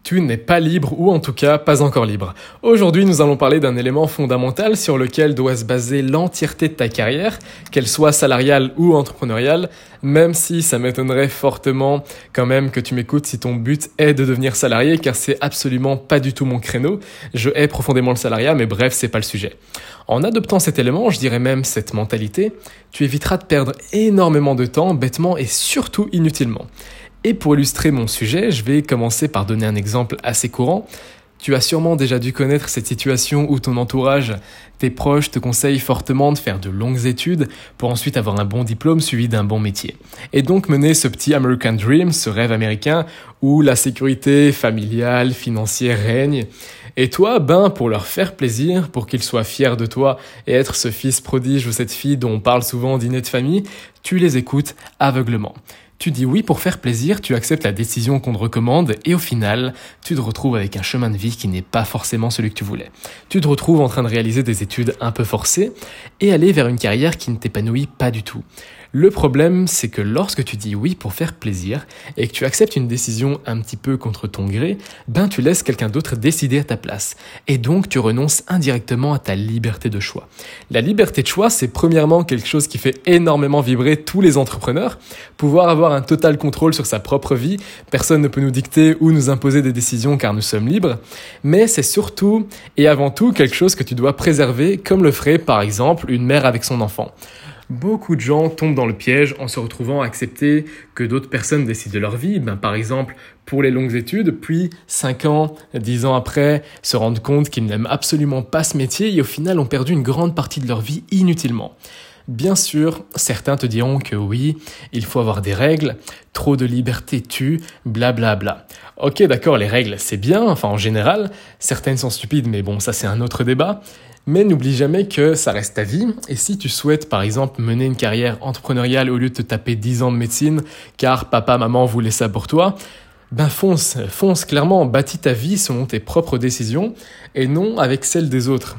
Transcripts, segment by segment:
Tu n'es pas libre ou en tout cas pas encore libre. Aujourd'hui, nous allons parler d'un élément fondamental sur lequel doit se baser l'entièreté de ta carrière, qu'elle soit salariale ou entrepreneuriale, même si ça m'étonnerait fortement quand même que tu m'écoutes si ton but est de devenir salarié, car c'est absolument pas du tout mon créneau. Je hais profondément le salariat, mais bref, c'est pas le sujet. En adoptant cet élément, je dirais même cette mentalité, tu éviteras de perdre énormément de temps, bêtement et surtout inutilement. Et pour illustrer mon sujet, je vais commencer par donner un exemple assez courant. Tu as sûrement déjà dû connaître cette situation où ton entourage, tes proches te conseillent fortement de faire de longues études pour ensuite avoir un bon diplôme suivi d'un bon métier. Et donc mener ce petit American Dream, ce rêve américain où la sécurité familiale, financière règne. Et toi, pour leur faire plaisir, pour qu'ils soient fiers de toi et être ce fils prodige ou cette fille dont on parle souvent au dîner de famille, tu les écoutes aveuglement. Tu dis oui pour faire plaisir, tu acceptes la décision qu'on te recommande et au final, tu te retrouves avec un chemin de vie qui n'est pas forcément celui que tu voulais. Tu te retrouves en train de réaliser des études un peu forcées et aller vers une carrière qui ne t'épanouit pas du tout. Le problème, c'est que lorsque tu dis oui pour faire plaisir et que tu acceptes une décision un petit peu contre ton gré, tu laisses quelqu'un d'autre décider à ta place. Et donc, tu renonces indirectement à ta liberté de choix. La liberté de choix, c'est premièrement quelque chose qui fait énormément vibrer tous les entrepreneurs. Pouvoir avoir un total contrôle sur sa propre vie, personne ne peut nous dicter ou nous imposer des décisions car nous sommes libres. Mais c'est surtout et avant tout quelque chose que tu dois préserver comme le ferait par exemple une mère avec son enfant. Beaucoup de gens tombent dans le piège en se retrouvant à accepter que d'autres personnes décident de leur vie, par exemple pour les longues études, puis 5 ans, 10 ans après, se rendent compte qu'ils n'aiment absolument pas ce métier et au final ont perdu une grande partie de leur vie inutilement. Bien sûr, certains te diront que oui, il faut avoir des règles, trop de liberté tue, blablabla. Ok, d'accord, les règles, c'est bien, en général, certaines sont stupides, mais bon, ça c'est un autre débat. Mais n'oublie jamais que ça reste ta vie, et si tu souhaites par exemple mener une carrière entrepreneuriale au lieu de te taper 10 ans de médecine, car papa, maman voulaient ça pour toi, fonce clairement, bâtis ta vie selon tes propres décisions, et non avec celles des autres.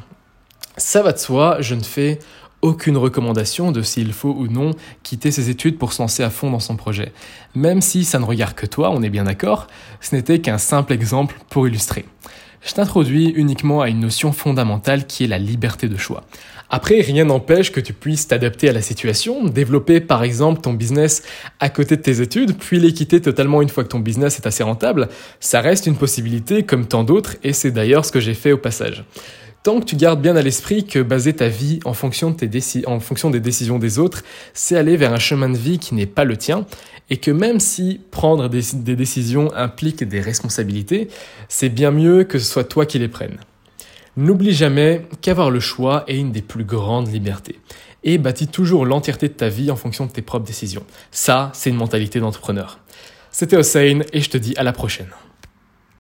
Ça va de soi, je ne fais aucune recommandation de s'il faut ou non quitter ses études pour se lancer à fond dans son projet. Même si ça ne regarde que toi, on est bien d'accord, ce n'était qu'un simple exemple pour illustrer. Je t'introduis uniquement à une notion fondamentale qui est la liberté de choix. Après, rien n'empêche que tu puisses t'adapter à la situation, développer par exemple ton business à côté de tes études, puis les quitter totalement une fois que ton business est assez rentable. Ça reste une possibilité comme tant d'autres et c'est d'ailleurs ce que j'ai fait au passage. Tant que tu gardes bien à l'esprit que baser ta vie en fonction des décisions des autres, c'est aller vers un chemin de vie qui n'est pas le tien, et que même si prendre des décisions implique des responsabilités, c'est bien mieux que ce soit toi qui les prennes. N'oublie jamais qu'avoir le choix est une des plus grandes libertés, et bâtis toujours l'entièreté de ta vie en fonction de tes propres décisions. Ça, c'est une mentalité d'entrepreneur. C'était Hossein, et je te dis à la prochaine.